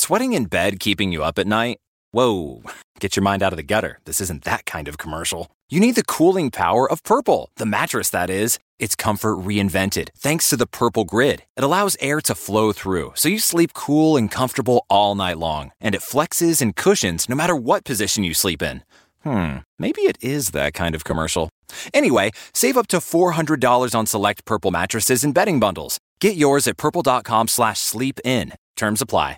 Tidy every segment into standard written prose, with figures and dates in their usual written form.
sweating in bed keeping you up at night? Whoa, get your mind out of the gutter. This isn't that kind of commercial. You need the cooling power of Purple, the mattress that is. It's comfort reinvented thanks to the Purple Grid. It allows air to flow through, so you sleep cool and comfortable all night long. And it flexes and cushions no matter what position you sleep in. Maybe it is that kind of commercial. Anyway, save up to $400 on select Purple mattresses and bedding bundles. Get yours at purple.com/sleep-in. Terms apply.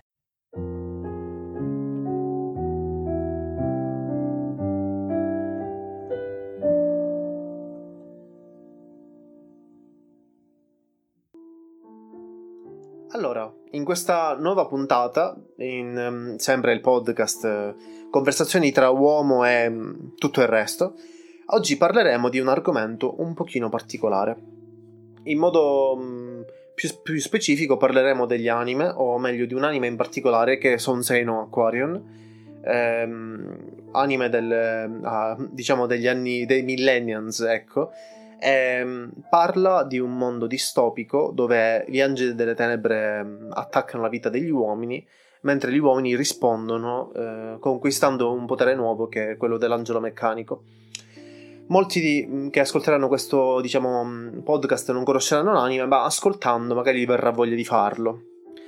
Allora, in questa nuova puntata, in sempre il podcast Conversazioni tra uomo e tutto il resto, oggi parleremo di un argomento un pochino particolare. In modo più specifico parleremo degli anime, o meglio di un anime in particolare che è Sonsei no Aquarion, anime diciamo degli anni dei millennials, ecco. Parla di un mondo distopico dove gli angeli delle tenebre attaccano la vita degli uomini, mentre gli uomini rispondono conquistando un potere nuovo che è quello dell'angelo meccanico. Molti che ascolteranno questo, podcast non conosceranno l'anime, ma ascoltando magari gli verrà voglia di farlo.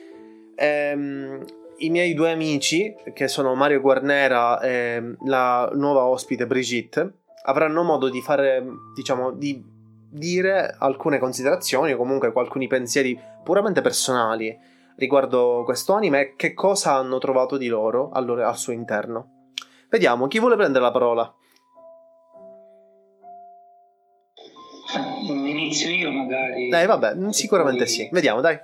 I miei due amici, che sono Mario Guarnera e la nuova ospite Brigitte, avranno modo di fare, di dire alcune considerazioni o comunque alcuni pensieri puramente personali riguardo questo anime e che cosa hanno trovato di loro al suo interno. Vediamo, chi vuole prendere la parola? Inizio io magari. Vabbè, sicuramente sì. Vediamo, dai.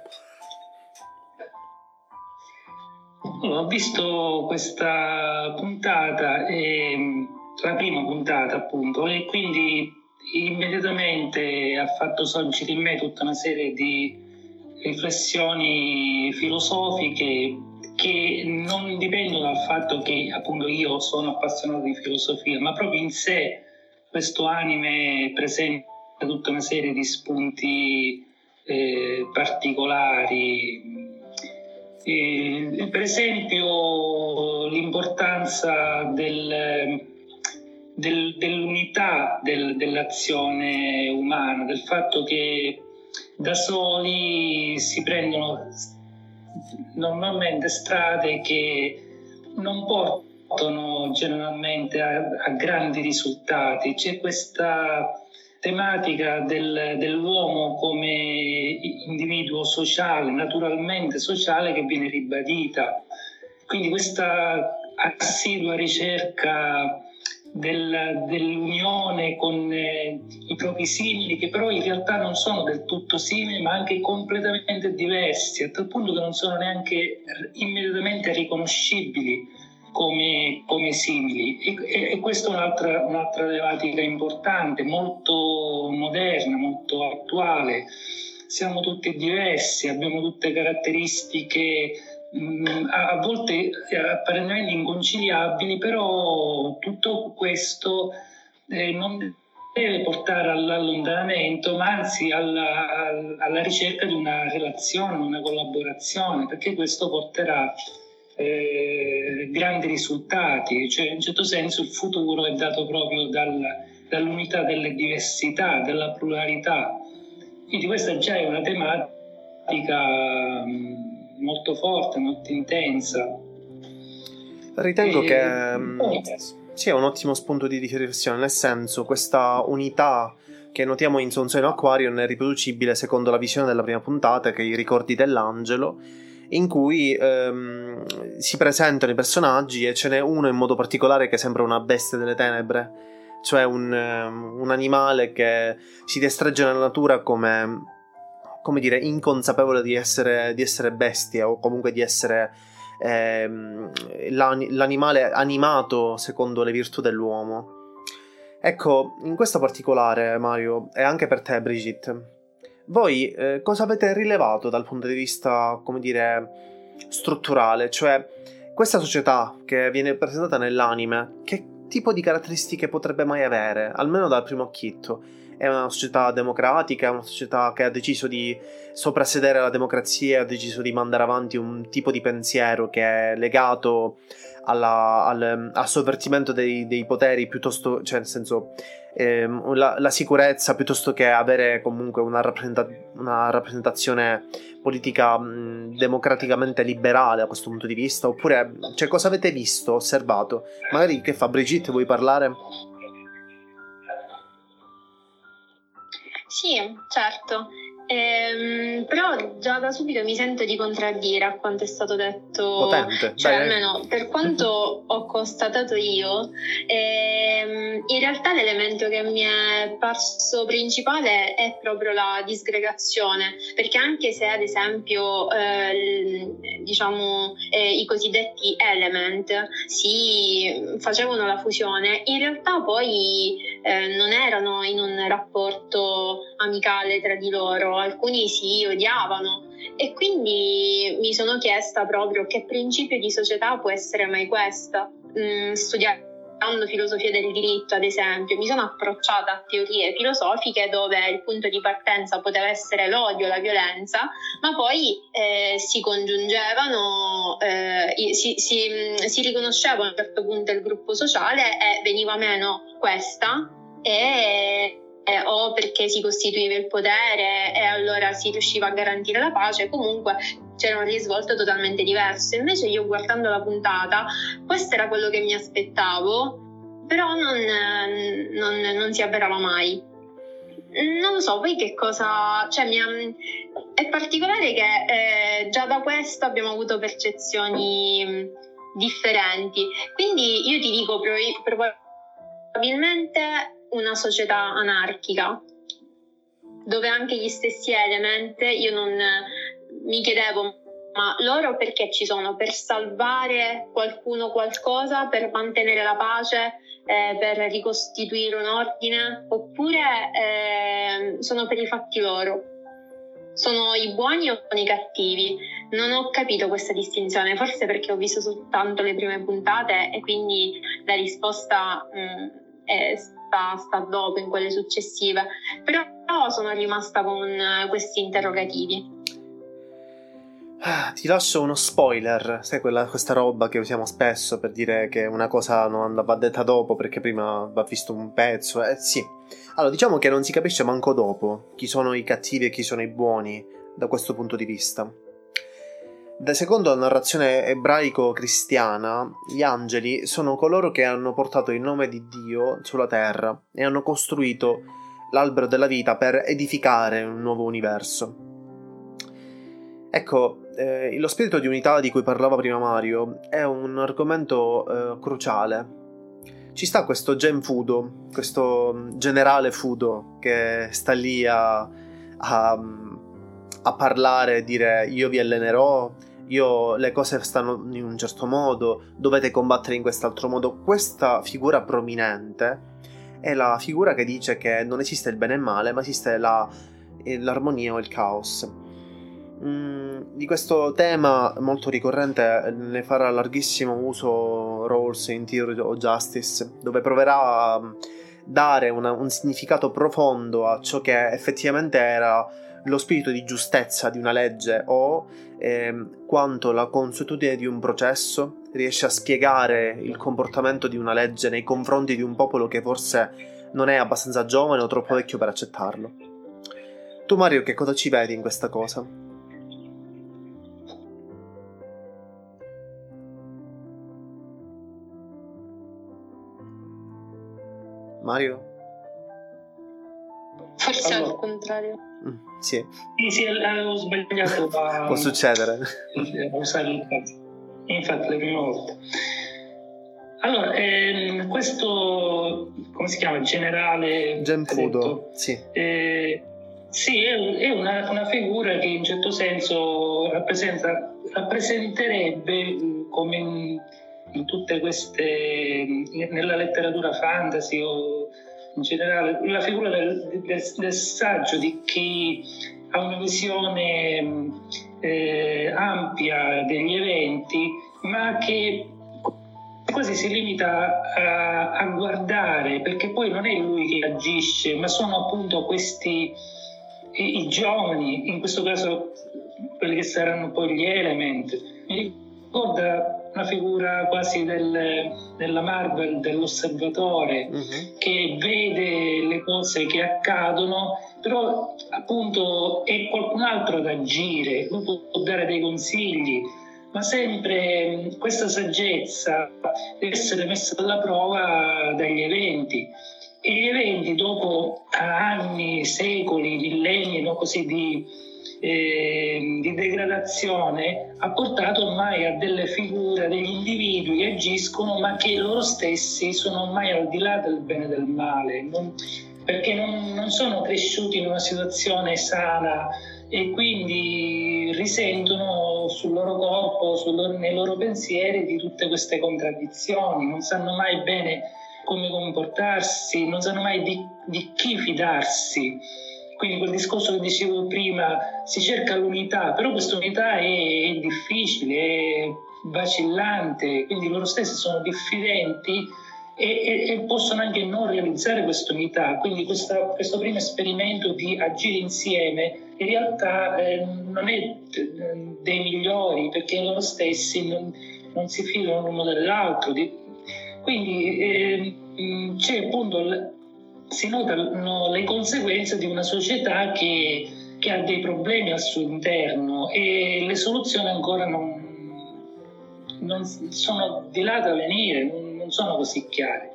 Ho visto questa puntata, la prima puntata appunto, e quindi immediatamente ha fatto sorgere in me tutta una serie di riflessioni filosofiche che non dipendono dal fatto che appunto io sono appassionato di filosofia, ma proprio in sé questo anime presenta tutta una serie di spunti particolari. Per esempio l'importanza dell'unità dell'azione umana, del fatto che da soli si prendono normalmente strade che non portano generalmente a grandi risultati. C'è questa tematica dell'uomo come individuo sociale, naturalmente sociale, che viene ribadita. Quindi questa assidua ricerca dell'unione con i propri simili, che però in realtà non sono del tutto simili, ma anche completamente diversi, a tal punto che non sono neanche immediatamente riconoscibili come simili, e questa è un'altra tematica importante, molto moderna, molto attuale. Siamo tutti diversi, abbiamo tutte caratteristiche a volte apparentemente inconciliabili, però tutto questo non deve portare all'allontanamento, ma anzi alla ricerca di una relazione, una collaborazione, perché questo porterà grandi risultati. Cioè, in un certo senso il futuro è dato proprio dall'unità delle diversità, dalla pluralità. Quindi questa già è una tematica molto forte, molto intensa. Ritengo che sia un ottimo spunto di riflessione, nel senso, questa unità che notiamo in Sonsei no Aquarion è riproducibile secondo la visione della prima puntata, che è i ricordi dell'angelo, in cui si presentano i personaggi e ce n'è uno in modo particolare che sembra una bestia delle tenebre, cioè un animale che si destreggia nella natura come dire, inconsapevole di essere bestia, o comunque di essere l'animale animato secondo le virtù dell'uomo. Ecco, in questo particolare, Mario, e anche per te, Brigitte, voi cosa avete rilevato dal punto di vista, come dire, strutturale? Cioè, questa società che viene presentata nell'anime, che tipo di caratteristiche potrebbe mai avere, almeno dal primo occhietto? è una società democratica, è una società che ha deciso di soprassedere alla democrazia, ha deciso di mandare avanti un tipo di pensiero che è legato al sovvertimento dei poteri, piuttosto, cioè nel senso la sicurezza, piuttosto che avere comunque una rappresentazione politica democraticamente liberale da questo punto di vista. Oppure, cioè, cosa avete visto, osservato? Magari, che fa Brigitte, vuoi parlare? Sì, certo. Però già da subito mi sento di contraddire a quanto è stato detto. Potente. Cioè, Dai. almeno per quanto ho constatato io, in realtà l'elemento che mi è parso principale è proprio la disgregazione, perché anche se ad esempio i cosiddetti element si facevano la fusione, in realtà poi non erano in un rapporto amicale tra di loro, alcuni si odiavano, e quindi mi sono chiesta proprio che principio di società può essere mai questa. Studiando filosofia del diritto, ad esempio, mi sono approcciata a teorie filosofiche dove il punto di partenza poteva essere l'odio, la violenza, ma poi si congiungevano, si riconosceva a un certo punto il gruppo sociale e veniva meno questa, o perché si costituiva il potere e allora si riusciva a garantire la pace. Comunque c'era un risvolto totalmente diverso. Invece io, guardando la puntata, questo era quello che mi aspettavo, però non si avverava mai. Non lo so, poi che cosa... Cioè, è particolare che già da questo abbiamo avuto percezioni differenti. Quindi io ti dico probabilmente una società anarchica, dove anche gli stessi element, io non mi chiedevo, ma loro perché ci sono? Per salvare qualcuno, qualcosa, per mantenere la pace, per ricostituire un ordine, oppure sono per i fatti loro? Sono i buoni o sono i cattivi? Non ho capito questa distinzione, forse perché ho visto soltanto le prime puntate e quindi la risposta sta dopo, in quelle successive, però sono rimasta con questi interrogativi. Ti lascio uno spoiler, sai questa roba che usiamo spesso per dire che una cosa non andava detta dopo perché prima va visto un pezzo. Sì, allora diciamo che non si capisce manco dopo chi sono i cattivi e chi sono i buoni da questo punto di vista. Secondo la narrazione ebraico-cristiana, gli angeli sono coloro che hanno portato il nome di Dio sulla terra e hanno costruito l'albero della vita per edificare un nuovo universo. Ecco, lo spirito di unità di cui parlava prima Mario è un argomento cruciale. Ci sta questo Gen Fudo, questo generale Fudo che sta lì a parlare e dire: io vi allenerò, le cose stanno in un certo modo, dovete combattere in quest'altro modo. Questa figura prominente è la figura che dice che non esiste il bene e il male, ma esiste l'armonia o il caos. Di questo tema molto ricorrente ne farà larghissimo uso Rawls in Theory of Justice, dove proverà a dare un significato profondo a ciò che effettivamente era lo spirito di giustezza di una legge, o quanto la consuetudine di un processo riesce a spiegare il comportamento di una legge nei confronti di un popolo che forse non è abbastanza giovane o troppo vecchio per accettarlo. Tu, Mario, che cosa ci vedi in questa cosa? Mario? Forse al contrario. Sì, avevo sbagliato. Può succedere. Infatti, le prime volte. Allora, questo, come si chiama? Generale Gen Fudo, sì. Sì, è una figura che in certo senso rappresenterebbe, come in tutte queste, nella letteratura fantasy o in generale, la figura del saggio, di chi ha una visione ampia degli eventi, ma che quasi si limita a guardare, perché poi non è lui che agisce, ma sono appunto questi i giovani, in questo caso quelli che saranno poi gli Element. Mi ricorda una figura quasi della Marvel, dell'osservatore, che vede le cose che accadono, però appunto è qualcun altro ad agire, lui può dare dei consigli, ma sempre questa saggezza deve essere messa alla prova dagli eventi. E gli eventi, dopo anni, secoli, millenni, no, così di degradazione, ha portato ormai a delle figure, degli individui che agiscono, ma che loro stessi sono ormai al di là del bene e del male, perché non sono cresciuti in una situazione sana e quindi risentono sul loro corpo, nei loro pensieri di tutte queste contraddizioni, non sanno mai bene come comportarsi, non sanno mai di chi fidarsi. Quindi quel discorso che dicevo prima, si cerca l'unità, però questa unità è difficile, è vacillante, quindi loro stessi sono diffidenti e possono anche non realizzare questa unità. Quindi questo primo esperimento di agire insieme in realtà non è dei migliori, perché loro stessi non si fidano l'uno dell'altro. Quindi c'è appunto, si notano le conseguenze di una società che ha dei problemi al suo interno e le soluzioni ancora non sono di là da venire, non sono così chiare.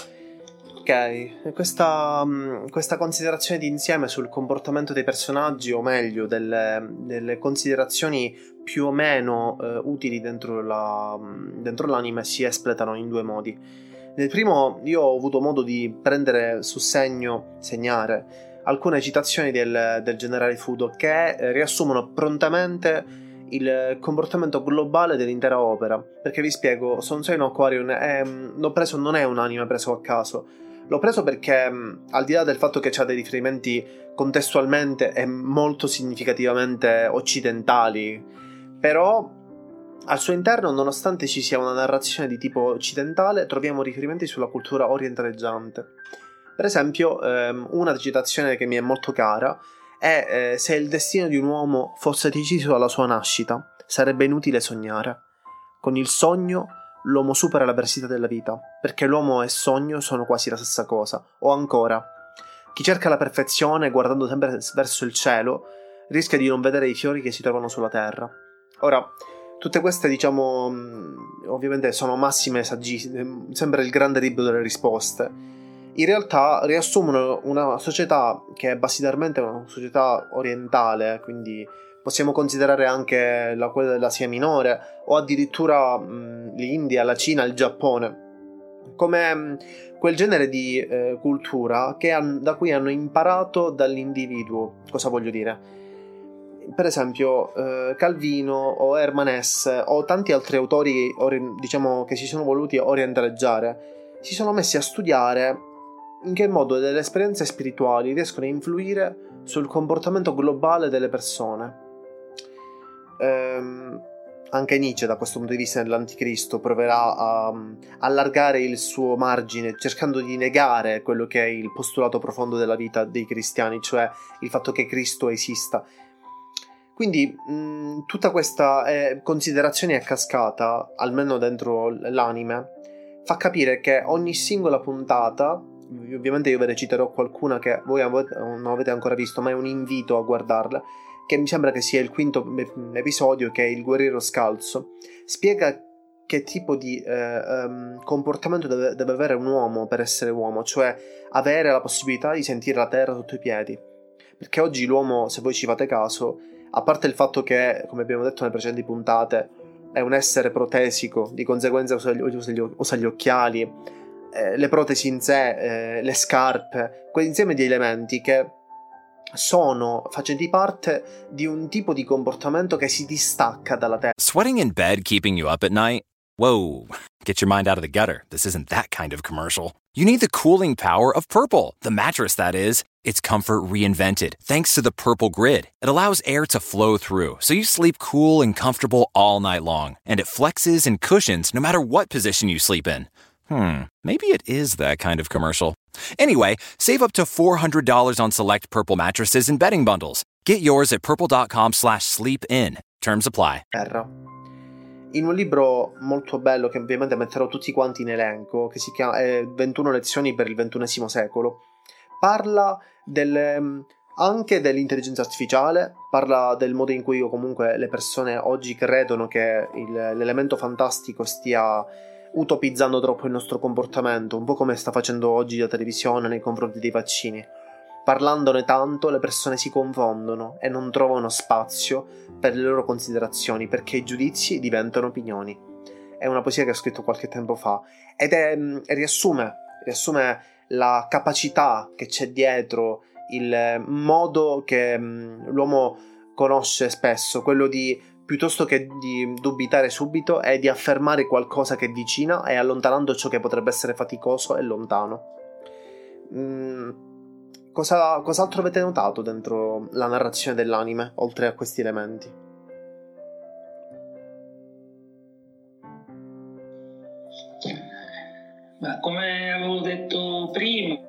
Ok, questa considerazione di insieme sul comportamento dei personaggi, o meglio delle considerazioni più o meno utili dentro l'anime, si espletano in due modi. Nel primo io ho avuto modo di prendere su segnare alcune citazioni del generale Fudo che riassumono prontamente il comportamento globale dell'intera opera, perché vi spiego, Sonsei no Aquarion non è un anime preso a caso. L'ho preso perché, al di là del fatto che c'ha dei riferimenti contestualmente e molto significativamente occidentali, però al suo interno, nonostante ci sia una narrazione di tipo occidentale, troviamo riferimenti sulla cultura orientaleggiante. Per esempio, una citazione che mi è molto cara è se il destino di un uomo fosse deciso alla sua nascita, sarebbe inutile sognare. Con il sogno l'uomo supera l'avversità della vita, perché l'uomo e sogno sono quasi la stessa cosa. O ancora, chi cerca la perfezione guardando sempre verso il cielo rischia di non vedere i fiori che si trovano sulla terra. Ora, tutte queste, diciamo, ovviamente sono massime sempre il grande libro delle risposte. In realtà riassumono una società che è basilarmente una società orientale, quindi possiamo considerare anche quella dell'Asia minore o addirittura l'India, la Cina, il Giappone, come quel genere di cultura da cui hanno imparato dall'individuo. Cosa voglio dire? Per esempio Calvino o Hermann Hesse o tanti altri autori diciamo che si sono voluti orientaleggiare si sono messi a studiare in che modo delle esperienze spirituali riescono a influire sul comportamento globale delle persone. Anche Nietzsche, da questo punto di vista, nell'Anticristo proverà a allargare il suo margine, cercando di negare quello che è il postulato profondo della vita dei cristiani, cioè il fatto che Cristo esista. Quindi tutta questa considerazione a cascata, almeno dentro l'anime, fa capire che ogni singola puntata, ovviamente io ve ne citerò qualcuna che voi non avete ancora visto, ma è un invito a guardarla, che mi sembra che sia il quinto episodio, che è Il guerriero scalzo, spiega che tipo di comportamento deve avere un uomo per essere uomo, cioè avere la possibilità di sentire la terra sotto i piedi. Perché oggi l'uomo, se voi ci fate caso, a parte il fatto che, come abbiamo detto nelle precedenti puntate, è un essere protesico, di conseguenza usa gli occhiali, le protesi in sé, le scarpe, quell'insieme di elementi che sono facenti parte di un tipo di comportamento che si distacca dalla terra. Sweating in bed keeping you up at night? Whoa, get your mind out of the gutter. This isn't that kind of commercial. You need the cooling power of Purple, the mattress that is. It's comfort reinvented thanks to the Purple Grid. It allows air to flow through, so you sleep cool and comfortable all night long. And it flexes and cushions no matter what position you sleep in. Maybe it is that kind of commercial. Anyway, save up to $400 on select Purple mattresses and bedding bundles. Get yours at purple.com/sleep-in. Terms apply. In un libro molto bello che ovviamente metterò tutti quanti in elenco, che si chiama 21 lezioni per il XXI secolo, parla anche dell'intelligenza artificiale, parla del modo in cui comunque le persone oggi credono che l'elemento fantastico stia utopizzando troppo il nostro comportamento, un po' come sta facendo oggi la televisione nei confronti dei vaccini. Parlandone tanto, le persone si confondono e non trovano spazio per le loro considerazioni, perché i giudizi diventano opinioni. È una poesia che ho scritto qualche tempo fa ed riassume la capacità che c'è dietro, il modo che l'uomo conosce spesso, quello di piuttosto che di dubitare subito è di affermare qualcosa che è vicina e allontanando ciò che potrebbe essere faticoso e lontano. Cos'altro avete notato dentro la narrazione dell'anime, oltre a questi elementi? Ma come avevo detto prima,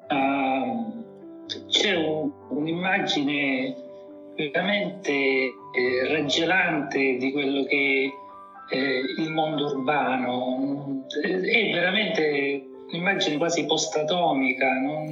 c'è un'immagine veramente raggelante di quello che è il mondo urbano. È veramente un'immagine quasi post-atomica.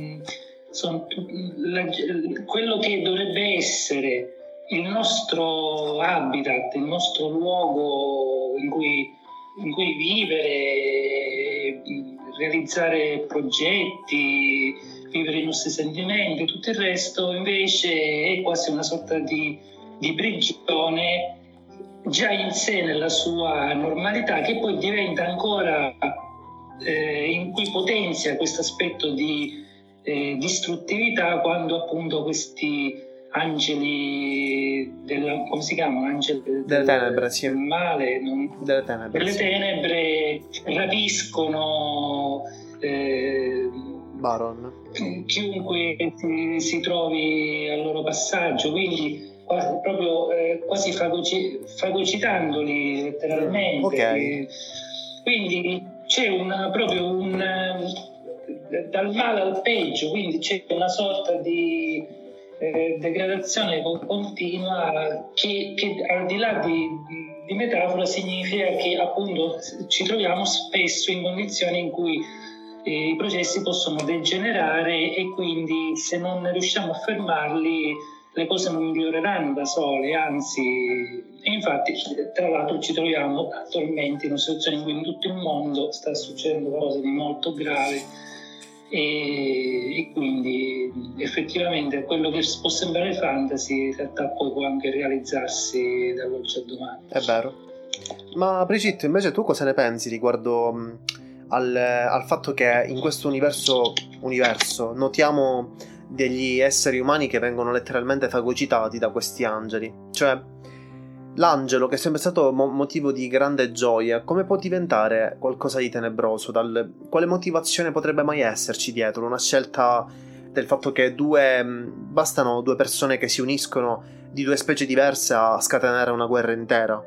Quello che dovrebbe essere il nostro habitat, il nostro luogo in cui vivere, realizzare progetti, vivere i nostri sentimenti, tutto il resto invece è quasi una sorta di prigione già in sé nella sua normalità, che poi diventa ancora in cui potenzia questo aspetto di distruttività quando appunto questi angeli come si chiamano? Angeli delle tenebre, sì. Del male, delle tenebre rapiscono Baron, chiunque si trovi al loro passaggio, quindi proprio quasi fagocitandoli letteralmente. Okay. Quindi c'è dal male al peggio, quindi c'è una sorta di degradazione continua che al di là di metafora significa che appunto ci troviamo spesso in condizioni in cui i processi possono degenerare e quindi se non riusciamo a fermarli le cose non miglioreranno da sole, anzi, e infatti tra l'altro ci troviamo attualmente in una situazione in cui in tutto il mondo sta succedendo qualcosa di molto grave e quindi effettivamente quello che può sembrare fantasy in realtà poi può anche realizzarsi dall'oggi al domani. È vero. Ma Brigitte, invece tu cosa ne pensi riguardo al fatto che in questo universo notiamo degli esseri umani che vengono letteralmente fagocitati da questi angeli? Cioè, l'angelo, che è sempre stato motivo di grande gioia, come può diventare qualcosa di tenebroso? Quale motivazione potrebbe mai esserci dietro? Una scelta del fatto che bastano due persone che si uniscono di due specie diverse a scatenare una guerra intera?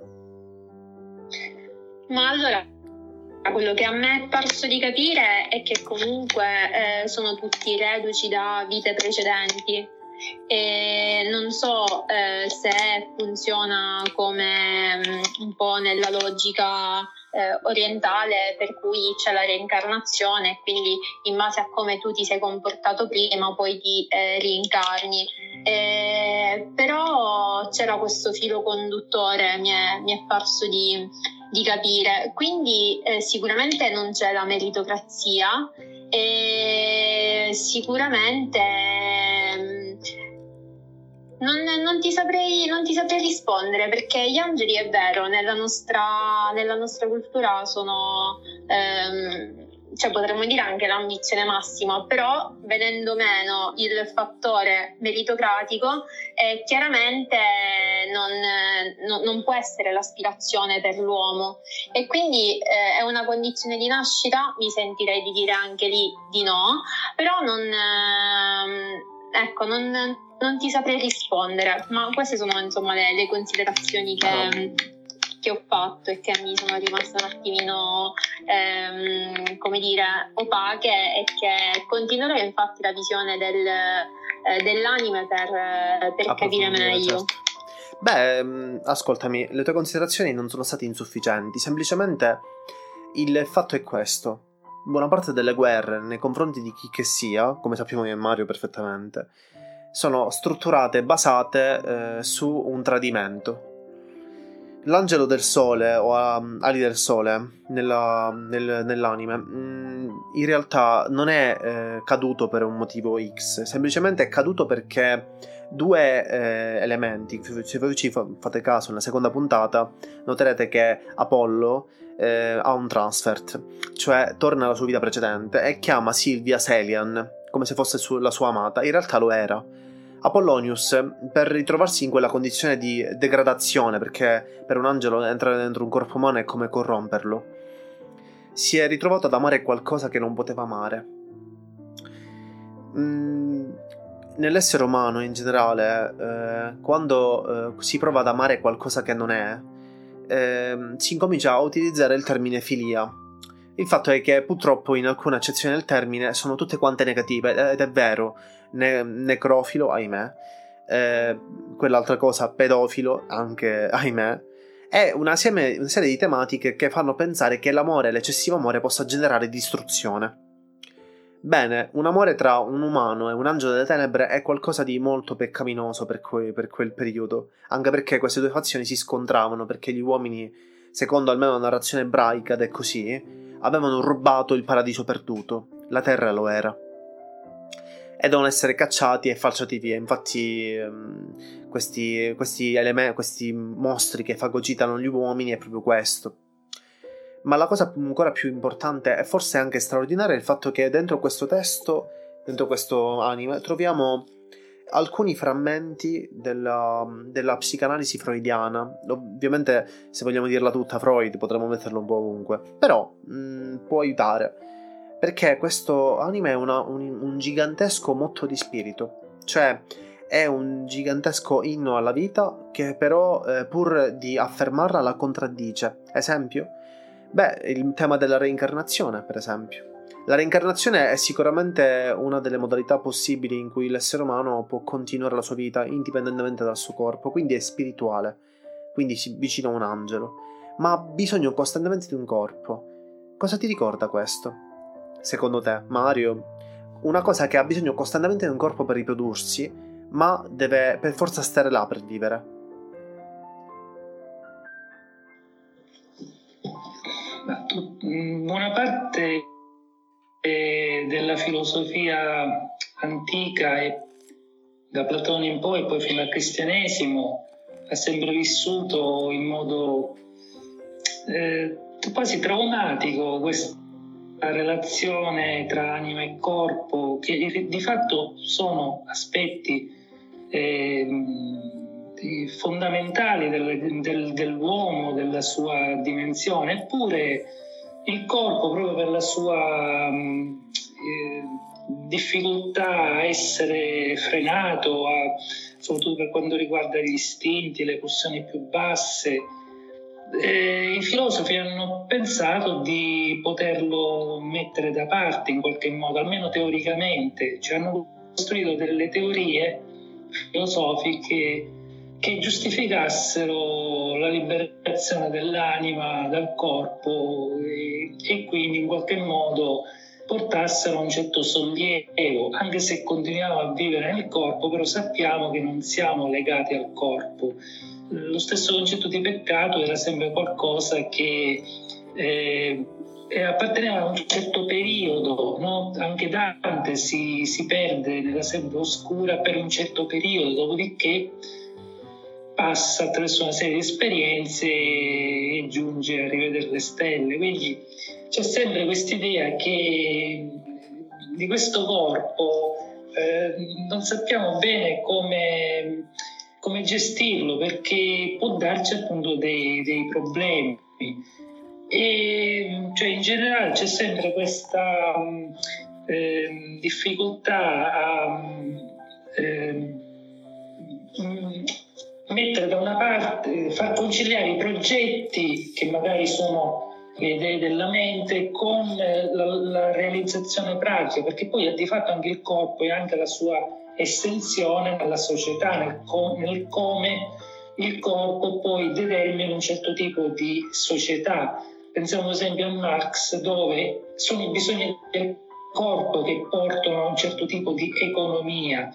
Ma allora, quello che a me è parso di capire è che comunque sono tutti reduci da vite precedenti e non so se funziona come un po' nella logica orientale, per cui c'è la reincarnazione e quindi in base a come tu ti sei comportato prima poi ti reincarni. Però c'era questo filo conduttore, mi è parso di capire, quindi sicuramente non c'è la meritocrazia e sicuramente non ti saprei rispondere, perché gli angeli, è vero, nella nostra cultura sono cioè potremmo dire anche l'ambizione massima, però venendo meno il fattore meritocratico, chiaramente non può essere l'aspirazione per l'uomo, e quindi è una condizione di nascita, mi sentirei di dire anche lì di no, però non ti saprei rispondere, ma queste sono insomma le considerazioni che ho fatto e che mi sono rimaste un attimino opache, e che continuerò infatti la visione dell'anime per capire meglio. Certo. Beh, ascoltami, le tue considerazioni non sono state insufficienti, semplicemente il fatto è questo: buona parte delle guerre nei confronti di chi che sia, come sappiamo io e Mario perfettamente, sono strutturate, basate su un tradimento. L'angelo del sole o ali del sole nell'anime in realtà non è caduto per un motivo X, semplicemente è caduto perché due elementi. Se voi ci fate caso, nella seconda puntata noterete che Apollo ha un transfert, cioè torna alla sua vita precedente e chiama Silvia Celian come se fosse la sua amata. In realtà lo era. Apollonius, per ritrovarsi in quella condizione di degradazione, perché per un angelo entrare dentro un corpo umano è come corromperlo, si è ritrovato ad amare qualcosa che non poteva amare. Nell'essere umano in generale, quando si prova ad amare qualcosa che non è, si incomincia a utilizzare il termine filia. Il fatto è che purtroppo in alcune accezioni del termine sono tutte quante negative, ed è vero. Necrofilo, ahimè, quell'altra cosa, pedofilo, anche ahimè, è una serie di tematiche che fanno pensare che l'amore, l'eccessivo amore, possa generare distruzione. Bene, un amore tra un umano e un angelo delle tenebre è qualcosa di molto peccaminoso per quel periodo, anche perché queste due fazioni si scontravano, perché gli uomini, secondo almeno la narrazione ebraica ed è così, avevano rubato il paradiso perduto, la terra lo era, e devono essere cacciati e falciati via. Infatti questi mostri che fagocitano gli uomini è proprio questo. Ma la cosa ancora più importante e forse anche straordinaria è il fatto che dentro questo testo, dentro questo anime, troviamo alcuni frammenti della psicanalisi freudiana. Ovviamente, se vogliamo dirla tutta Freud, potremmo metterlo un po' ovunque, però può aiutare, perché questo anime è un gigantesco motto di spirito, cioè è un gigantesco inno alla vita che però pur di affermarla la contraddice. Esempio? Beh, il tema della reincarnazione, per esempio. La reincarnazione è sicuramente una delle modalità possibili in cui l'essere umano può continuare la sua vita indipendentemente dal suo corpo, quindi è spirituale, quindi si vicino a un angelo, ma ha bisogno costantemente di un corpo. Cosa ti ricorda questo? Secondo te, Mario? Una cosa che ha bisogno costantemente di un corpo per riprodursi, ma deve per forza stare là per vivere. Buona parte della filosofia antica, e da Platone in poi, poi fino al cristianesimo, ha sempre vissuto in modo quasi traumatico questa relazione tra anima e corpo, che di fatto sono aspetti fondamentali dell'uomo, della sua dimensione. Eppure il corpo, proprio per la sua difficoltà a essere frenato, soprattutto per quanto riguarda gli istinti, le pulsioni più basse, i filosofi hanno pensato di poterlo mettere da parte in qualche modo, almeno teoricamente, cioè hanno costruito delle teorie filosofiche che giustificassero la liberazione dell'anima dal corpo e quindi in qualche modo portassero a un certo sollievo, anche se continuiamo a vivere nel corpo, però sappiamo che non siamo legati al corpo. Lo stesso concetto di peccato era sempre qualcosa che apparteneva a un certo periodo, no? Anche Dante si perde nella selva oscura per un certo periodo, dopodiché passa attraverso una serie di esperienze e giunge a rivedere le stelle. Quindi c'è sempre quest'idea che di questo corpo non sappiamo bene come gestirlo, perché può darci appunto dei problemi. E cioè in generale c'è sempre questa difficoltà a mettere da una parte, far conciliare i progetti che magari sono le idee della mente con la realizzazione pratica, perché poi di fatto anche il corpo e anche la sua estensione nella società, nel come il corpo poi determina un certo tipo di società. Pensiamo ad esempio a Marx, dove sono i bisogni del corpo che portano a un certo tipo di economia,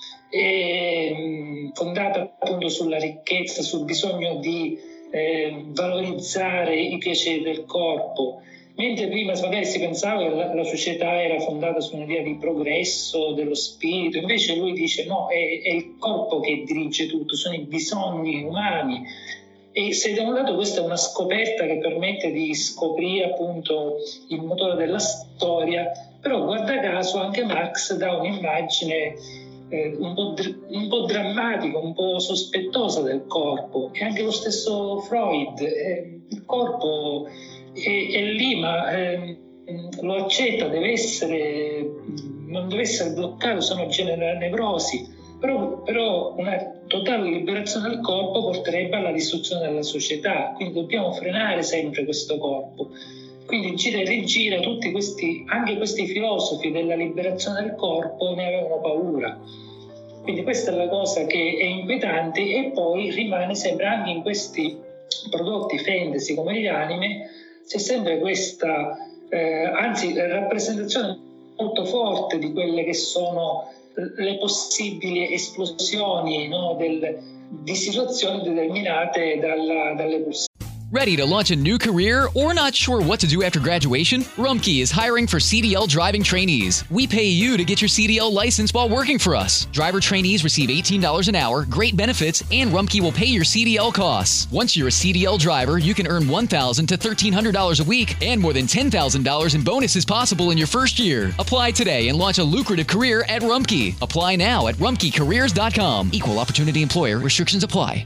fondata appunto sulla ricchezza, sul bisogno di valorizzare i piaceri del corpo. Mentre prima magari si pensava che la società era fondata su un'idea di progresso dello spirito, invece lui dice no, è il corpo che dirige tutto, sono i bisogni umani. E se da un lato questa è una scoperta che permette di scoprire appunto il motore della storia, però guarda caso anche Marx dà un'immagine un po' drammatica, un po' sospettosa del corpo, e anche lo stesso Freud, il corpo è lì, ma lo accetta, non deve essere bloccato, se no genera nevrosi, però una totale liberazione del corpo porterebbe alla distruzione della società, quindi dobbiamo frenare sempre questo corpo. Quindi gira e rigira anche questi filosofi della liberazione del corpo ne avevano paura. Quindi questa è la cosa che è inquietante, e poi rimane sempre anche in questi prodotti fantasy come gli anime, c'è sempre questa rappresentazione molto forte di quelle che sono le possibili esplosioni, no, di situazioni determinate dalle pulsioni. Ready to launch a new career or not sure what to do after graduation? Rumpke is hiring for CDL driving trainees. We pay you to get your CDL license while working for us. Driver trainees receive $18 an hour, great benefits, and Rumpke will pay your CDL costs. Once you're a CDL driver, you can earn $1,000 to $1,300 a week and more than $10,000 in bonuses possible in your first year. Apply today and launch a lucrative career at Rumpke. Apply now at rumpkecareers.com. Equal opportunity employer. Restrictions apply.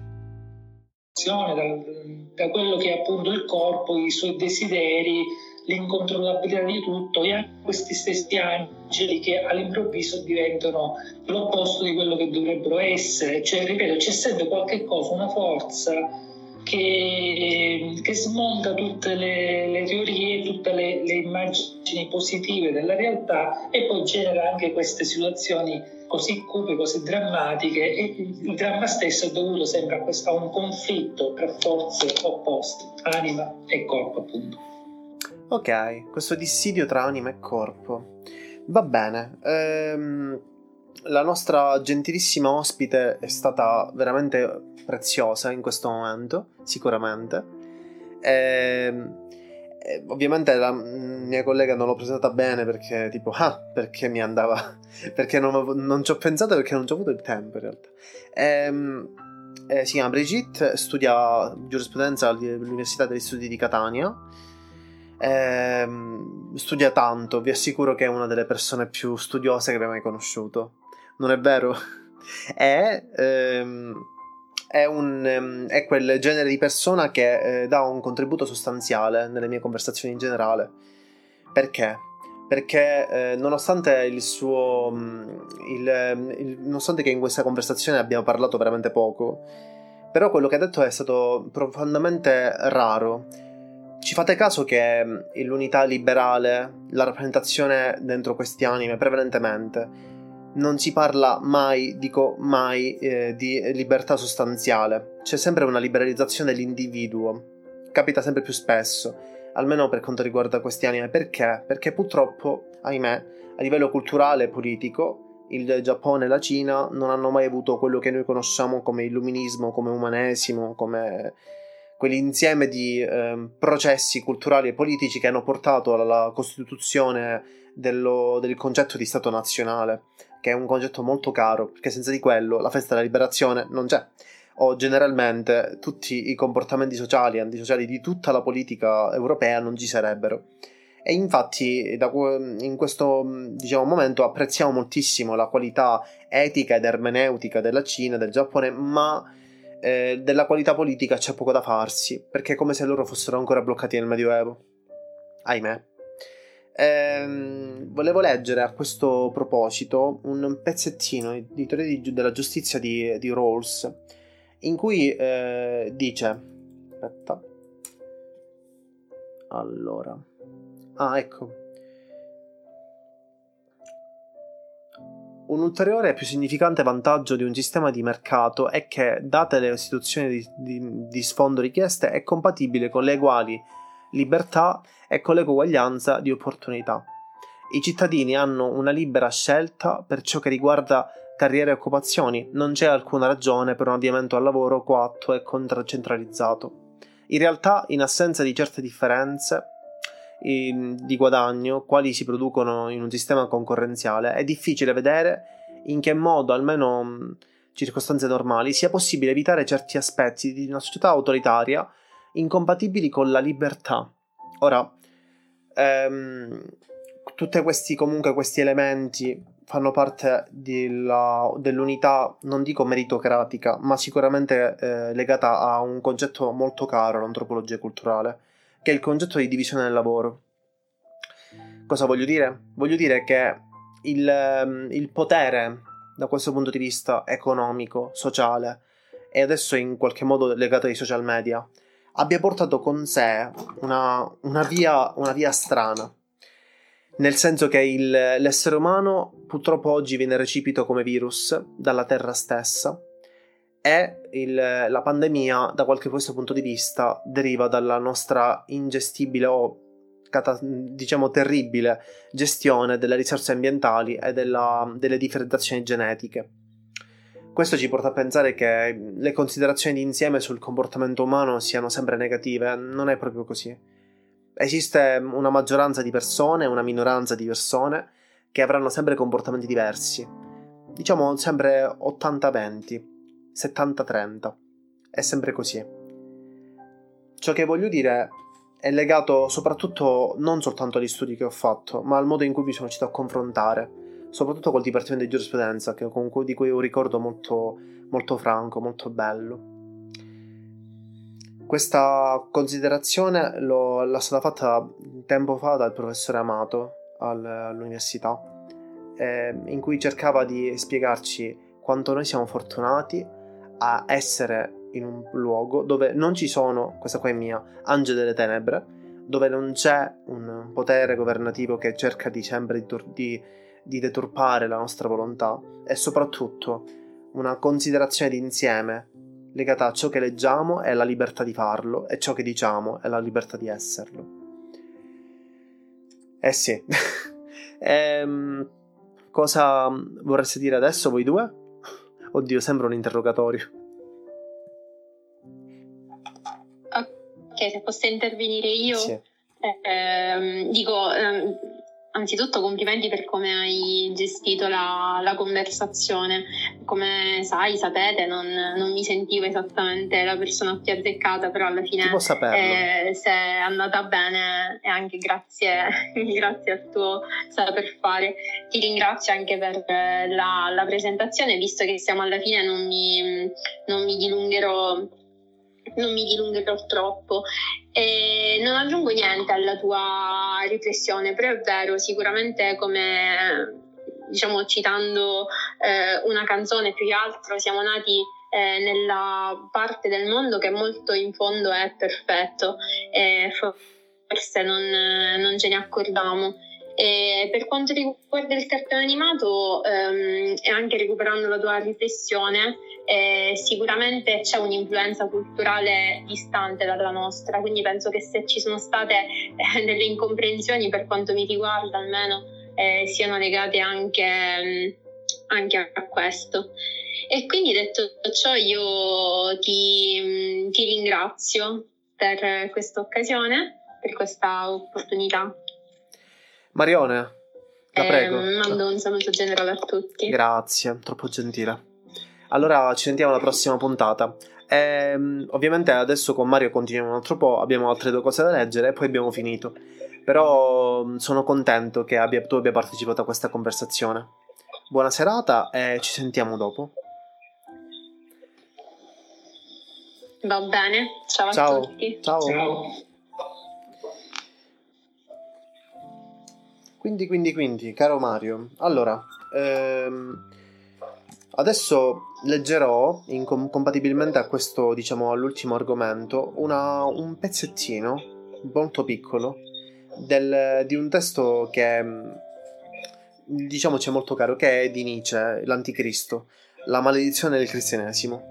Da quello che è appunto il corpo, i suoi desideri, l'incontrollabilità di tutto, e anche questi stessi angeli che all'improvviso diventano l'opposto di quello che dovrebbero essere. Cioè, ripeto, c'è sempre qualche cosa, una forza che smonta tutte le teorie, tutte le immagini positive della realtà, e poi genera anche queste situazioni così cupe, così drammatiche, e il dramma stesso è dovuto sempre a un conflitto tra forze opposte, anima e corpo, appunto. Ok, questo dissidio tra anima e corpo. Va bene. La nostra gentilissima ospite è stata veramente preziosa in questo momento, sicuramente. Ovviamente la mia collega non l'ho presentata bene perché tipo perché mi andava, perché non ci ho pensato, perché non ci ho avuto il tempo in realtà. Si chiama Brigitte, studia giurisprudenza all'Università degli Studi di Catania. Studia tanto, vi assicuro che è una delle persone più studiose che abbia mai conosciuto. Non è vero? È quel genere di persona che dà un contributo sostanziale nelle mie conversazioni in generale. Perché? Perché nonostante il suo nonostante che in questa conversazione abbiamo parlato veramente poco, però quello che ha detto è stato profondamente raro. Ci fate caso che l'unità liberale, la rappresentazione dentro questi anime prevalentemente, non si parla mai, dico mai, di libertà sostanziale. C'è sempre una liberalizzazione dell'individuo. Capita sempre più spesso, almeno per quanto riguarda questi anime. Perché? Perché purtroppo, ahimè, a livello culturale e politico, il Giappone e la Cina non hanno mai avuto quello che noi conosciamo come illuminismo, come umanesimo, come quell'insieme di processi culturali e politici che hanno portato alla costituzione del concetto di Stato nazionale, che è un concetto molto caro, perché senza di quello la festa della liberazione non c'è. o generalmente tutti i comportamenti sociali e antisociali di tutta la politica europea non ci sarebbero. E infatti in questo momento apprezziamo moltissimo la qualità etica ed ermeneutica della Cina, del Giappone, ma della qualità politica c'è poco da farsi, perché è come se loro fossero ancora bloccati nel Medioevo. Ahimè. Volevo leggere a questo proposito un pezzettino di teoria della giustizia di Rawls, in cui dice, aspetta, allora, ecco, un ulteriore e più significante vantaggio di un sistema di mercato è che, date le situazioni di sfondo richieste, è compatibile con le uguali libertà e con l'eguaglianza di opportunità. I cittadini hanno una libera scelta per ciò che riguarda carriere e occupazioni, non c'è alcuna ragione per un avviamento al lavoro coatto e contracentralizzato. In realtà, in assenza di certe differenze di guadagno, quali si producono in un sistema concorrenziale, è difficile vedere in che modo, almeno circostanze normali, sia possibile evitare certi aspetti di una società autoritaria incompatibili con la libertà. Ora, tutti questi elementi fanno parte dell'unità, non dico meritocratica, ma sicuramente legata a un concetto molto caro all'antropologia culturale, che è il concetto di divisione del lavoro. Cosa voglio dire? Voglio dire che il potere, da questo punto di vista economico, sociale, e adesso in qualche modo legato ai social media, abbia portato con sé una via strana, nel senso che l'essere umano purtroppo oggi viene recepito come virus dalla terra stessa, e la pandemia, da qualche questo punto di vista, deriva dalla nostra ingestibile o terribile gestione delle risorse ambientali e delle differenziazioni genetiche. Questo ci porta a pensare che le considerazioni di insieme sul comportamento umano siano sempre negative. Non è proprio così. Esiste una maggioranza di persone e una minoranza di persone che avranno sempre comportamenti diversi. Diciamo sempre 80-20, 70-30. È sempre così. Ciò che voglio dire è legato soprattutto non soltanto agli studi che ho fatto, ma al modo in cui mi sono riuscito a confrontare, soprattutto col Dipartimento di Giurisprudenza, di cui ho un ricordo molto, molto franco, molto bello. Questa considerazione l'ha stata fatta tempo fa dal professore Amato all'università, in cui cercava di spiegarci quanto noi siamo fortunati a essere in un luogo dove non ci sono, questa qua è mia, angeli delle tenebre, dove non c'è un potere governativo che cerca di sempre di deturpare la nostra volontà, e soprattutto una considerazione d'insieme legata a ciò che leggiamo e alla libertà di farlo, e ciò che diciamo e la libertà di esserlo. Sì. Cosa vorreste dire adesso voi due? Oddio, sembra un interrogatorio. Ok, se posso intervenire io, sì. Dico anzitutto complimenti per come hai gestito la conversazione. Come sapete, non mi sentivo esattamente la persona più azzeccata, però alla fine se è andata bene, e anche grazie al tuo saper fare. Ti ringrazio anche per la presentazione, visto che siamo alla fine, non mi dilungherò troppo e non aggiungo niente alla tua riflessione, però è vero, sicuramente, come citando una canzone, più che altro siamo nati nella parte del mondo che molto in fondo è perfetto, e forse non ce ne accorgiamo. E per quanto riguarda il cartone animato, e anche recuperando la tua riflessione, sicuramente c'è un'influenza culturale distante dalla nostra, quindi penso che se ci sono state delle incomprensioni, per quanto mi riguarda almeno, siano legate anche a questo. E quindi, detto ciò, io ti ringrazio per questa occasione, per questa opportunità. Marione, la prego. Mando un saluto generale a tutti. Grazie, troppo gentile. Allora ci sentiamo alla prossima puntata. Ovviamente adesso con Mario continuiamo un altro po', abbiamo altre 2 cose da leggere e poi abbiamo finito. Però sono contento che tu abbia partecipato a questa conversazione. Buona serata e ci sentiamo dopo. Va bene, ciao Ciao. a tutti. Ciao. Ciao. Quindi, caro Mario, allora, adesso leggerò, compatibilmente a questo, diciamo, all'ultimo argomento, un pezzettino molto piccolo di un testo che, diciamo, c'è molto caro, che è di Nietzsche, l'Anticristo, la maledizione del cristianesimo.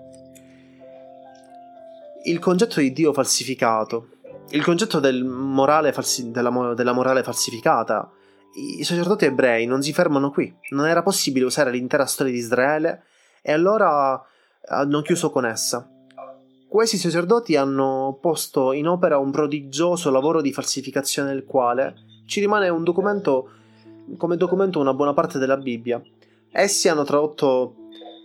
Il concetto di Dio falsificato, il concetto della morale falsificata. I sacerdoti ebrei non si fermano qui. Non era possibile usare l'intera storia di Israele e allora hanno chiuso con essa. Questi sacerdoti hanno posto in opera un prodigioso lavoro di falsificazione del quale ci rimane un documento, come documento, una buona parte della Bibbia. Essi hanno tradotto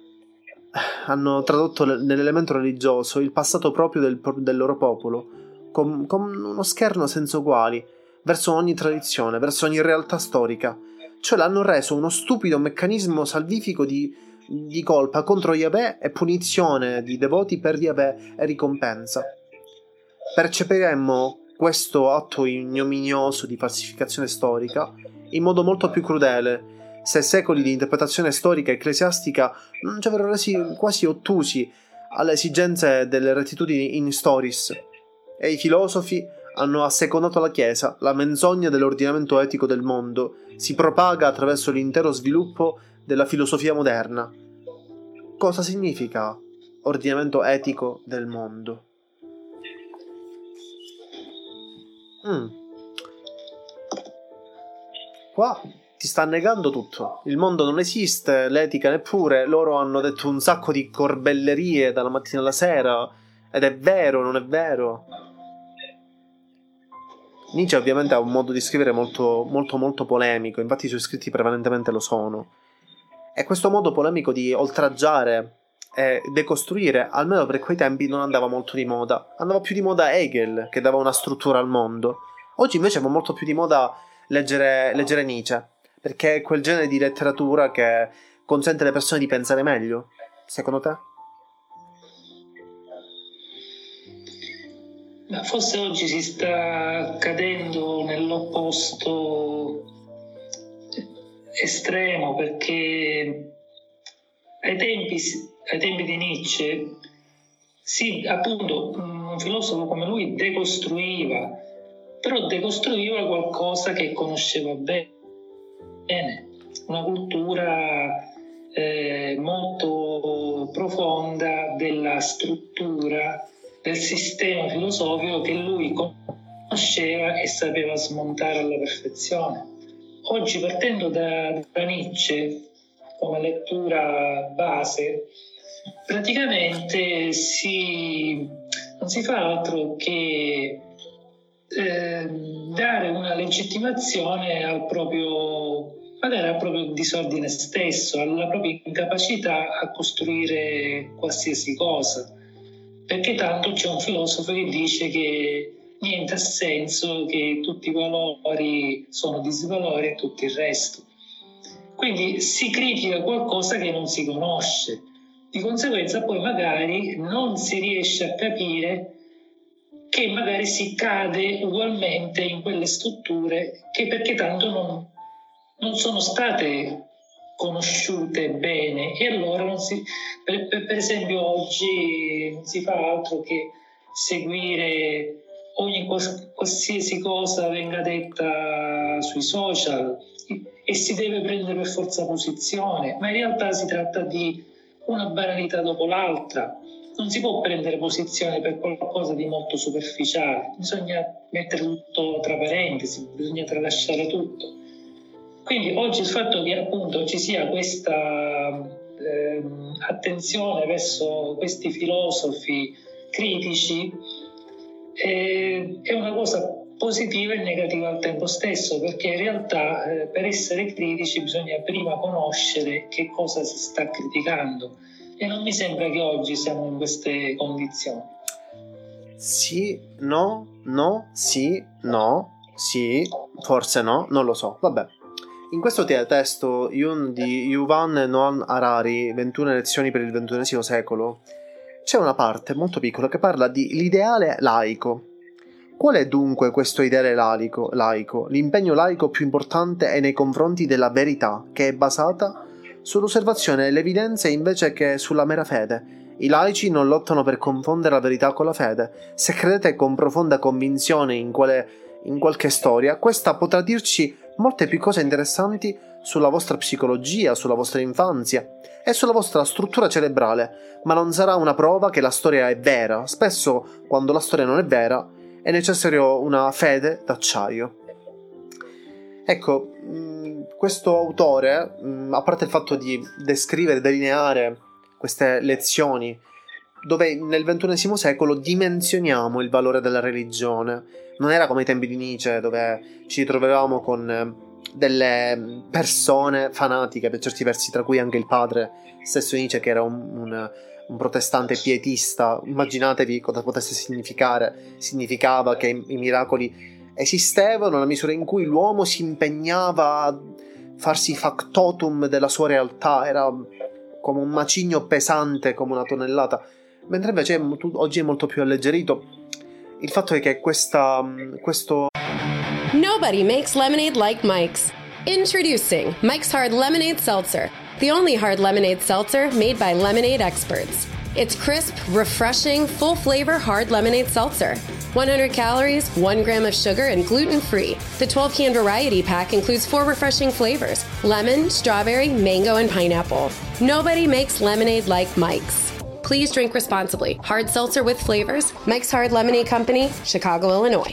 nell'elemento religioso il passato proprio del loro popolo, con uno scherno senza uguali, verso ogni tradizione, verso ogni realtà storica. Cioè l'hanno reso uno stupido meccanismo salvifico di colpa contro Yahweh e punizione di devoti per Yahweh e ricompensa. Percepiremmo questo atto ignominioso di falsificazione storica in modo molto più crudele se secoli di interpretazione storica e ecclesiastica non ci avrebbero resi quasi ottusi alle esigenze delle rettitudini in storis, e i filosofi hanno assecondato la Chiesa. La menzogna dell'ordinamento etico del mondo si propaga attraverso l'intero sviluppo della filosofia moderna. Cosa significa ordinamento etico del mondo? Qua ti sta negando tutto. Il mondo non esiste, l'etica neppure. Loro hanno detto un sacco di corbellerie dalla mattina alla sera. Ed è vero, non è vero? Nietzsche ovviamente ha un modo di scrivere molto, molto, molto polemico. Infatti i suoi scritti prevalentemente lo sono. E questo modo polemico di oltraggiare e decostruire, almeno per quei tempi, non andava molto di moda. Andava più di moda Hegel, che dava una struttura al mondo. Oggi invece va molto più di moda leggere Nietzsche, perché è quel genere di letteratura che consente alle persone di pensare meglio. Secondo te? Ma forse oggi si sta cadendo nell'opposto estremo, perché ai tempi di Nietzsche, sì, appunto, un filosofo come lui decostruiva, però decostruiva qualcosa che conosceva bene, una cultura molto profonda della struttura del sistema filosofico che lui conosceva e sapeva smontare alla perfezione. Oggi, partendo da Nietzsche come lettura base, praticamente non si fa altro che dare una legittimazione al proprio disordine stesso, alla propria incapacità a costruire qualsiasi cosa. Perché tanto c'è un filosofo che dice che niente ha senso, che tutti i valori sono disvalori e tutto il resto. Quindi si critica qualcosa che non si conosce. Di conseguenza poi magari non si riesce a capire che magari si cade ugualmente in quelle strutture che perché tanto non sono state conosciute bene, e allora per esempio oggi non si fa altro che seguire qualsiasi cosa venga detta sui social e si deve prendere per forza posizione, ma in realtà si tratta di una banalità dopo l'altra. Non si può prendere posizione per qualcosa di molto superficiale, bisogna mettere tutto tra parentesi, bisogna tralasciare tutto. Quindi oggi il fatto che appunto ci sia questa attenzione verso questi filosofi critici è una cosa positiva e negativa al tempo stesso, perché in realtà per essere critici bisogna prima conoscere che cosa si sta criticando, E non mi sembra che oggi siamo in queste condizioni. Sì, sì, forse no, non lo so, vabbè. In questo testo di Yuval Noah Harari, 21 lezioni per il XXI secolo, c'è una parte molto piccola che parla di l'ideale laico. Qual è dunque questo ideale laico? L'impegno laico più importante è nei confronti della verità, che è basata sull'osservazione delle evidenze invece che sulla mera fede. I laici non lottano per confondere la verità con la fede. Se credete con profonda convinzione in qualche storia, questa potrà dirci molte più cose interessanti sulla vostra psicologia, sulla vostra infanzia e sulla vostra struttura cerebrale, ma non sarà una prova che la storia è vera. Spesso, quando la storia non è vera, è necessario una fede d'acciaio. Ecco, questo autore, a parte il fatto di descrivere, delineare queste lezioni, dove nel XXI secolo dimensioniamo il valore della religione. Non era come ai tempi di Nietzsche, dove ci ritrovavamo con delle persone fanatiche per certi versi, tra cui anche il padre stesso Nietzsche, che era un protestante pietista. Immaginatevi cosa potesse significare. Significava che i miracoli esistevano nella misura in cui l'uomo si impegnava a farsi factotum della sua realtà, era come un macigno pesante come una tonnellata, mentre invece oggi è molto più alleggerito. Il fatto è che questo Nobody makes lemonade like Mike's. Introducing Mike's Hard Lemonade Seltzer, the only hard lemonade seltzer made by lemonade experts. It's crisp, refreshing, full-flavor hard lemonade seltzer. 100 calories, 1 gram of sugar, and gluten-free. The 12-can variety pack includes 4 refreshing flavors: lemon, strawberry, mango, and pineapple. Nobody makes lemonade like Mike's. Please drink responsibly. Hard seltzer with flavors. Mike's Hard Lemonade Company, Chicago, Illinois.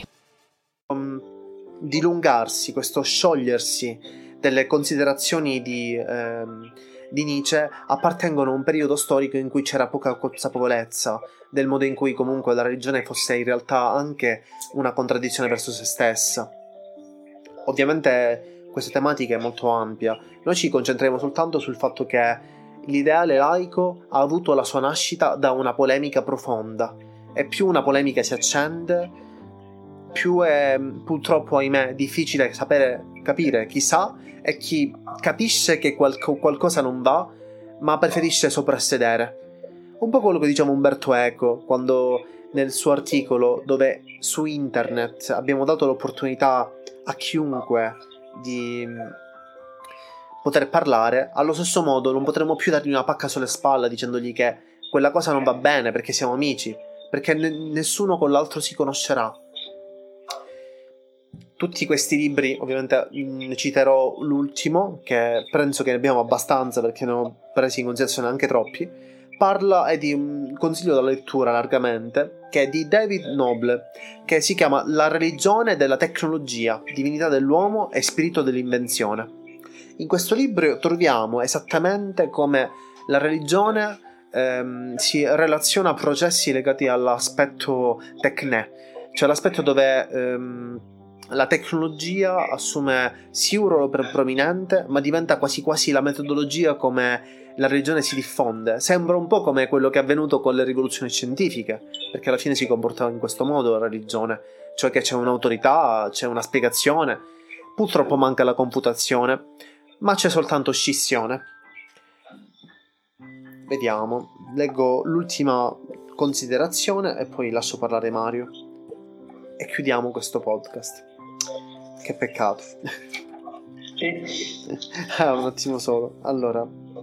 Dilungarsi, questo sciogliersi delle considerazioni di Nietzsche appartengono a un periodo storico in cui c'era poca consapevolezza del modo in cui comunque la religione fosse in realtà anche una contraddizione verso se stessa. Ovviamente questa tematica è molto ampia, noi ci concentreremo soltanto sul fatto che l'ideale laico ha avuto la sua nascita da una polemica profonda, e più una polemica si accende, più è purtroppo, ahimè, difficile capire chi sa e chi capisce che qualcosa non va, ma preferisce soprassedere. Un po' quello che diceva Umberto Eco quando nel suo articolo, dove su internet abbiamo dato l'opportunità a chiunque di poter parlare, allo stesso modo non potremo più dargli una pacca sulle spalle dicendogli che quella cosa non va bene perché siamo amici, perché nessuno con l'altro si conoscerà. Tutti questi libri, ovviamente ne citerò l'ultimo, che penso che ne abbiamo abbastanza perché ne ho presi in considerazione anche troppi. Parla di un consiglio da lettura largamente, che è di David Noble, che si chiama La religione della tecnologia, divinità dell'uomo e spirito dell'invenzione. In questo libro troviamo esattamente come la religione si relaziona a processi legati all'aspetto tecne, cioè l'aspetto dove la tecnologia assume sì un ruolo prominente, ma diventa quasi quasi la metodologia come la religione si diffonde. Sembra un po' come quello che è avvenuto con le rivoluzioni scientifiche, perché alla fine si comporta in questo modo la religione, cioè che c'è un'autorità, c'è una spiegazione. Purtroppo manca la confutazione, ma c'è soltanto scissione. Vediamo, leggo l'ultima considerazione e poi lascio parlare Mario e chiudiamo questo podcast. Che peccato. Un attimo solo. Allora,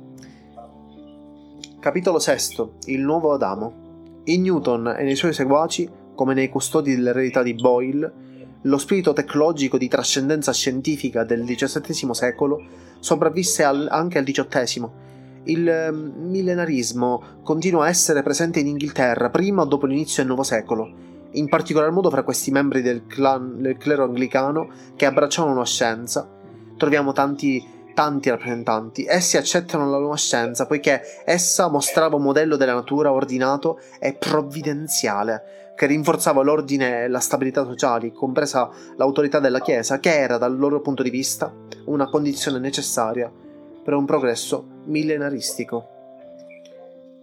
capitolo 6. Il nuovo Adamo. In Newton e nei suoi seguaci, come nei custodi dell'eredità di Boyle, lo spirito tecnologico di trascendenza scientifica del XVII secolo sopravvisse anche al XVIII. Il millenarismo continua a essere presente in Inghilterra prima o dopo l'inizio del nuovo secolo, in particolar modo fra questi membri del clero anglicano che abbracciano la scienza. Troviamo tanti rappresentanti. Essi accettano la nuova scienza poiché essa mostrava un modello della natura ordinato e provvidenziale che rinforzava l'ordine e la stabilità sociali, compresa l'autorità della Chiesa, che era dal loro punto di vista una condizione necessaria per un progresso millenaristico.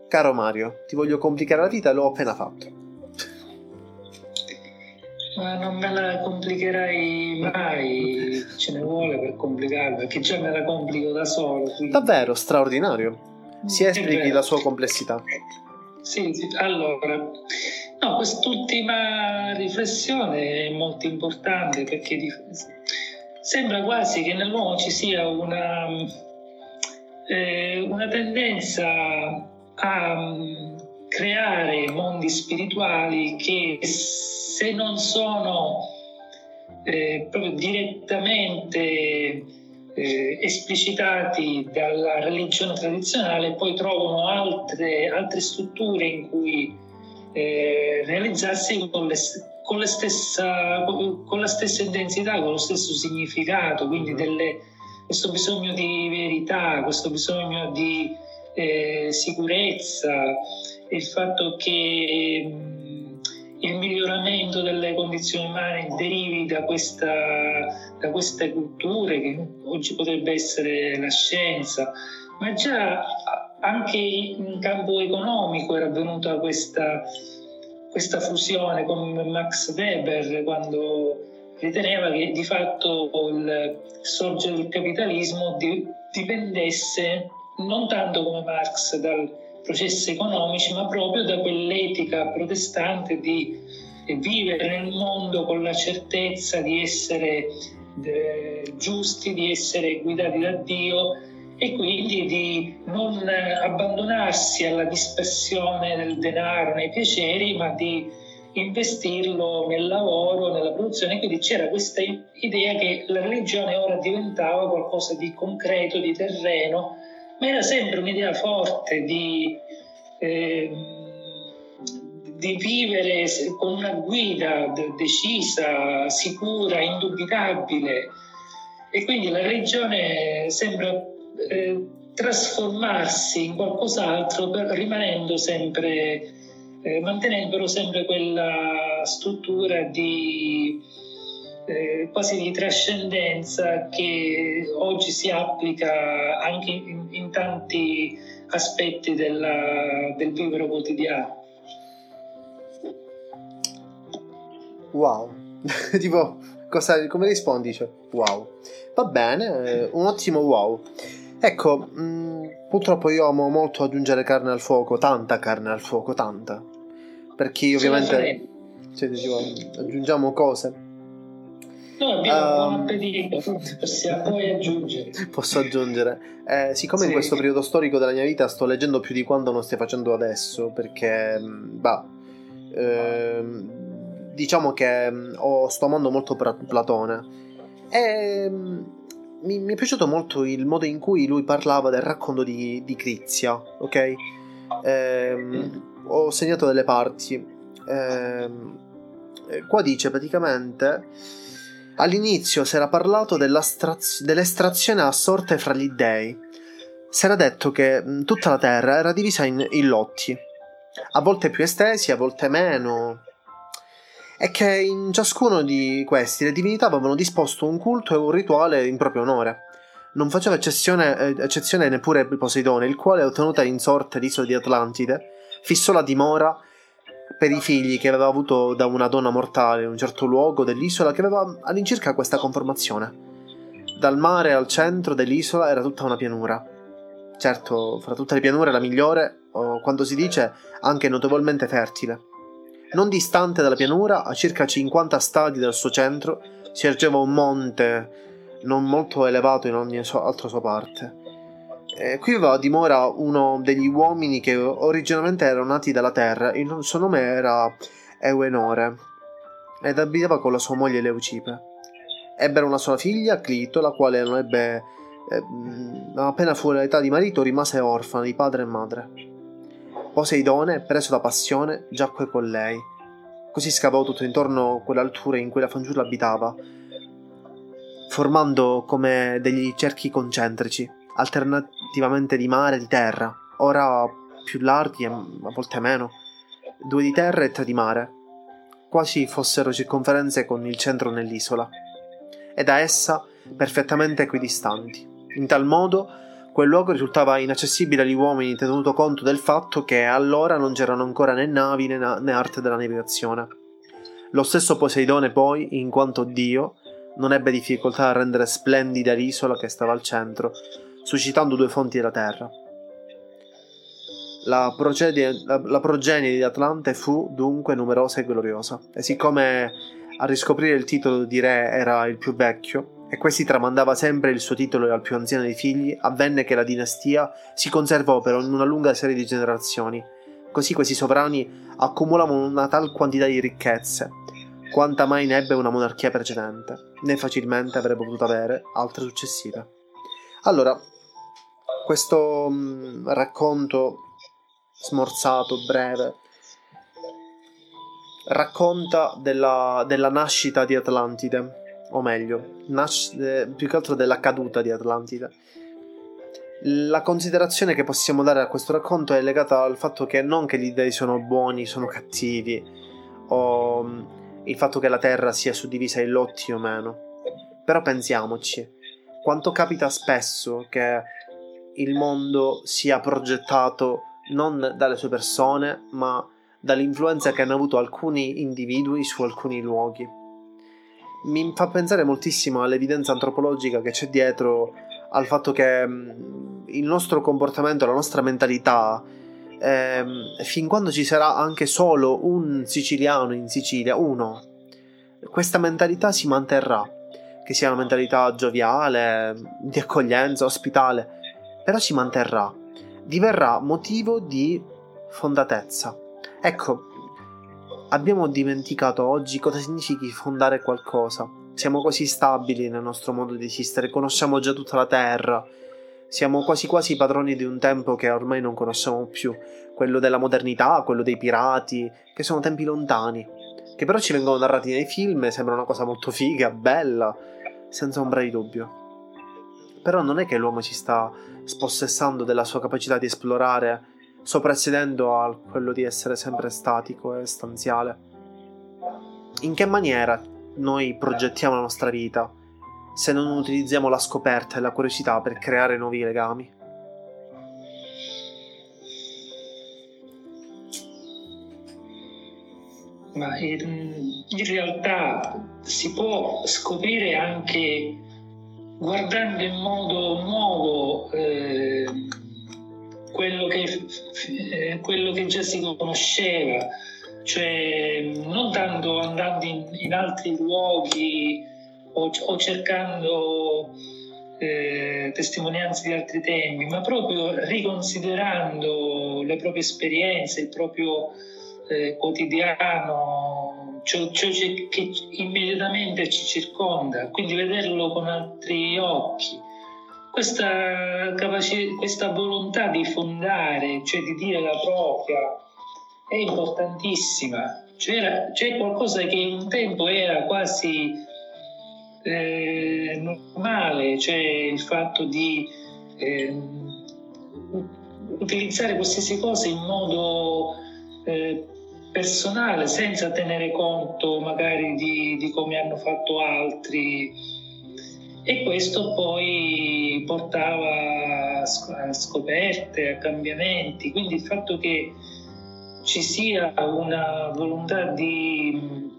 Caro Mario, ti voglio complicare la vita e l'ho appena fatto. Ma non me la complicherai mai, ce ne vuole per complicarla, perché già me la complico da solo. Quindi... Davvero, straordinario. Si esplichi la sua complessità. Sì, allora, no, quest'ultima riflessione è molto importante perché sembra quasi che nell'uomo ci sia una tendenza a creare mondi spirituali che, se non sono proprio direttamente esplicitati dalla religione tradizionale, poi trovano altre strutture in cui realizzarsi con la stessa intensità, con lo stesso significato, quindi questo bisogno di verità, questo bisogno di sicurezza, il fatto che il miglioramento delle condizioni umane derivi da queste culture, che oggi potrebbe essere la scienza, ma già anche in campo economico era avvenuta questa fusione con Max Weber, quando riteneva che di fatto il sorgere del capitalismo dipendesse non tanto come Marx dal processi economici, ma proprio da quell'etica protestante di vivere nel mondo con la certezza di essere giusti, di essere guidati da Dio, e quindi di non abbandonarsi alla dispersione del denaro nei piaceri, ma di investirlo nel lavoro, nella produzione. Quindi c'era questa idea che la religione ora diventava qualcosa di concreto, di terreno, ma era sempre un'idea forte di vivere con una guida decisa, sicura, indubitabile. E quindi la religione sembra trasformarsi in qualcos'altro, mantenendo sempre quella struttura di quasi di trascendenza che oggi si applica anche in tanti aspetti del vivere quotidiano. Wow. Tipo, come rispondi? Cioè, wow. Va bene, un ottimo wow. Ecco, purtroppo io amo molto aggiungere carne al fuoco, tanta carne al fuoco, tanta. Perché ovviamente aggiungiamo cose. Noi abbiamo un buon appetito, puoi aggiungere. Posso aggiungere. Siccome in questo periodo storico della mia vita sto leggendo più di quanto non stia facendo adesso, perché diciamo che sto amando molto Platone, e mi è piaciuto molto il modo in cui lui parlava del racconto di Crizia, ok? Ho segnato delle parti. Qua dice praticamente: all'inizio si era parlato dell'estrazione a sorte fra gli dei. Si era detto che tutta la terra era divisa in lotti, a volte più estesi, a volte meno, e che in ciascuno di questi le divinità avevano disposto un culto e un rituale in proprio onore. Non faceva eccezione neppure Poseidone, il quale, ottenuta in sorte l'isola di Atlantide, fissò la dimora per i figli che aveva avuto da una donna mortale in un certo luogo dell'isola che aveva all'incirca questa conformazione. Dal mare al centro dell'isola era tutta una pianura. Certo, fra tutte le pianure la migliore, o quanto si dice, anche notevolmente fertile. Non distante dalla pianura, a circa 50 stadi dal suo centro, si ergeva un monte non molto elevato in ogni altra sua parte. Qui aveva dimora uno degli uomini che originalmente erano nati dalla terra. Il suo nome era Euenore ed abitava con la sua moglie Leucipe. Ebbero una sola figlia, Clito, la quale non ebbe appena fu all'età di marito rimase orfana di padre e madre. Poseidone, preso da passione, giacque con lei. Così scavò tutto intorno quell'altura in cui la fanciulla abitava, formando come degli cerchi concentrici, alternativamente di mare e di terra, ora più larghi e a volte meno, 2 di terra e 3 di mare, quasi fossero circonferenze con il centro nell'isola, e da essa perfettamente equidistanti. In tal modo, Quel luogo risultava inaccessibile agli uomini, tenuto conto del fatto che allora non c'erano ancora né navi né arte della navigazione. Lo stesso Poseidone poi, in quanto dio, non ebbe difficoltà a rendere splendida l'isola che stava al centro, suscitando due fonti della terra. La progenie di Atlante fu dunque numerosa e gloriosa, e siccome a riscoprire il titolo di re era il più vecchio, e questi tramandava sempre il suo titolo al più anziano dei figli, avvenne che la dinastia si conservò per una lunga serie di generazioni. Così questi sovrani accumulavano una tal quantità di ricchezze, quanta mai ne ebbe una monarchia precedente, né facilmente avrebbe potuto avere altre successive. Allora, questo racconto smorzato, breve, racconta della nascita di Atlantide, o meglio, più che altro della caduta di Atlantide. La considerazione che possiamo dare a questo racconto è legata al fatto che non che gli dei sono buoni, sono cattivi, o il fatto che la terra sia suddivisa in lotti o meno. Però pensiamoci, quanto capita spesso che il mondo sia progettato non dalle sue persone, ma dall'influenza che hanno avuto alcuni individui su alcuni luoghi. Mi fa pensare moltissimo all'evidenza antropologica che c'è dietro al fatto che il nostro comportamento, la nostra mentalità, fin quando ci sarà anche solo un siciliano in Sicilia, uno, questa mentalità si manterrà, che sia una mentalità gioviale, di accoglienza, ospitale, però si manterrà, diverrà motivo di fondatezza. Ecco, abbiamo dimenticato oggi cosa significhi fondare qualcosa. Siamo così stabili nel nostro modo di esistere, conosciamo già tutta la terra, siamo quasi quasi padroni di un tempo che ormai non conosciamo più, quello della modernità, quello dei pirati, che sono tempi lontani, che però ci vengono narrati nei film e sembra una cosa molto figa, bella, senza ombra di dubbio. Però non è che l'uomo si sta spossessando della sua capacità di esplorare, sopraccedendo a quello di essere sempre statico e stanziale. In che maniera noi progettiamo la nostra vita se non utilizziamo la scoperta e la curiosità per creare nuovi legami? Ma in realtà si può scoprire anche guardando in modo nuovo quello che già si conosceva, cioè non tanto andando in altri luoghi o cercando testimonianze di altri tempi, ma proprio riconsiderando le proprie esperienze, il proprio quotidiano, ciò che immediatamente ci circonda, quindi vederlo con altri occhi. Questa volontà di fondare, cioè di dire la propria, è importantissima. C'è qualcosa che un tempo era quasi normale, cioè il fatto di utilizzare qualsiasi cosa in modo personale, senza tenere conto magari di come hanno fatto altri. E questo poi portava a scoperte, a cambiamenti. Quindi il fatto che ci sia una volontà di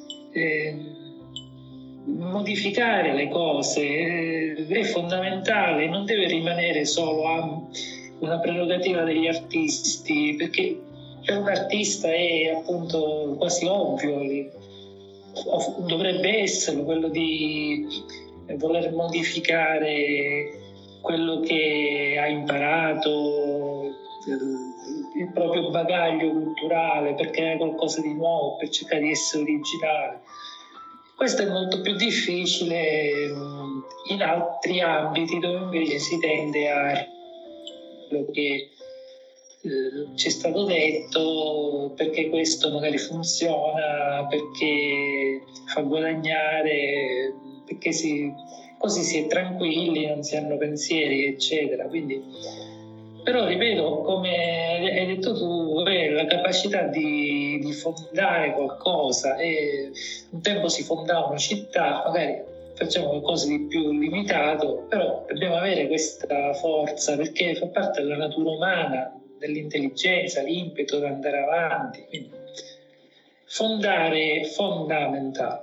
modificare le cose è fondamentale, non deve rimanere solo a una prerogativa degli artisti, perché per un artista è appunto quasi ovvio, dovrebbe essere quello di voler modificare quello che ha imparato, il proprio bagaglio culturale, per creare qualcosa di nuovo, per cercare di essere originale. Questo è molto più difficile in altri ambiti dove invece si tende a quello che ci è stato detto, perché questo magari funziona, perché fa guadagnare, perché così si è tranquilli, non si hanno pensieri, eccetera. Quindi, però ripeto, come hai detto tu, la capacità di fondare qualcosa. Un tempo si fondava una città, magari facciamo qualcosa di più limitato, però dobbiamo avere questa forza perché fa parte della natura umana, dell'intelligenza, l'impeto ad andare avanti. Quindi fondare è fondamentale.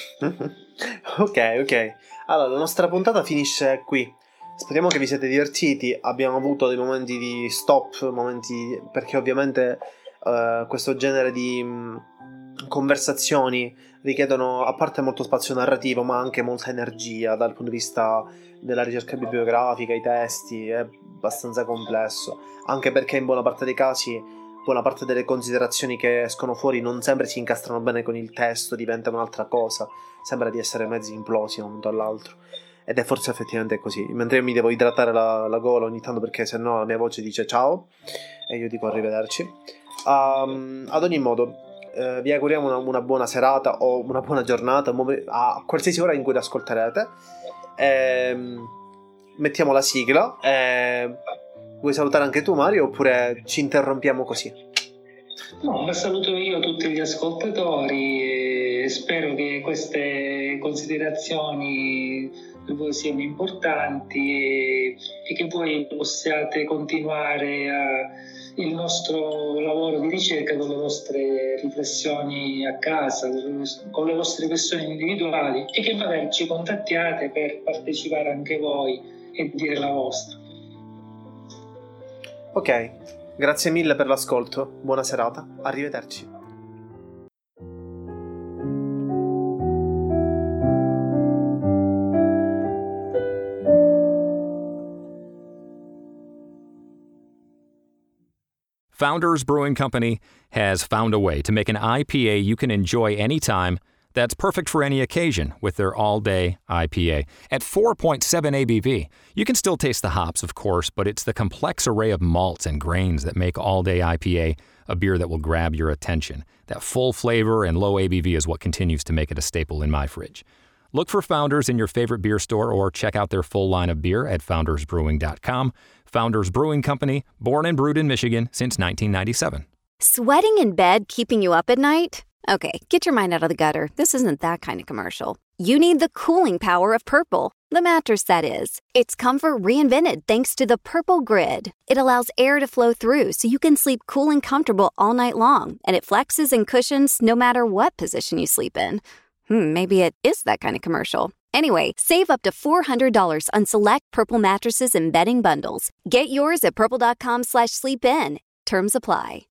Ok. Allora, la nostra puntata finisce qui. Speriamo che vi siete divertiti. Abbiamo avuto dei momenti di stop, perché ovviamente questo genere di conversazioni richiedono, a parte molto spazio narrativo, ma anche molta energia dal punto di vista della ricerca bibliografica, i testi, è abbastanza complesso, anche perché in buona parte dei casi buona parte delle considerazioni che escono fuori non sempre si incastrano bene con il testo, diventa un'altra cosa, sembra di essere mezzi implosi da un momento all'altro, ed è forse effettivamente così, mentre io mi devo idratare la gola ogni tanto perché sennò la mia voce dice ciao e io dico arrivederci. Ad ogni modo, vi auguriamo una buona serata o una buona giornata a qualsiasi ora in cui l'ascolterete. Mettiamo la sigla. Vuoi salutare anche tu, Mario, oppure ci interrompiamo così? No, saluto io tutti gli ascoltatori e spero che queste considerazioni per voi siano importanti e che voi possiate continuare il nostro lavoro di ricerca con le vostre riflessioni a casa, con le vostre questioni individuali, e che magari ci contattiate per partecipare anche voi e dire la vostra. Ok, grazie mille per l'ascolto, buona serata, arrivederci. Founders Brewing Company has found a way to make an IPA you can enjoy anytime that's perfect for any occasion with their all-day IPA. At 4.7 ABV, you can still taste the hops, of course, but it's the complex array of malts and grains that make all-day IPA a beer that will grab your attention. That full flavor and low ABV is what continues to make it a staple in my fridge. Look for Founders in your favorite beer store or check out their full line of beer at foundersbrewing.com. Founders Brewing Company, born and brewed in Michigan since 1997. Sweating in bed keeping you up at night? Okay, get your mind out of the gutter. This isn't that kind of commercial. You need the cooling power of Purple, the mattress that is. It's comfort reinvented thanks to the Purple Grid. It allows air to flow through so you can sleep cool and comfortable all night long, and it flexes and cushions no matter what position you sleep in. Maybe it is that kind of commercial. Anyway, save up to $400 on select Purple mattresses and bedding bundles. Get yours at purple.com/sleepin. Terms apply.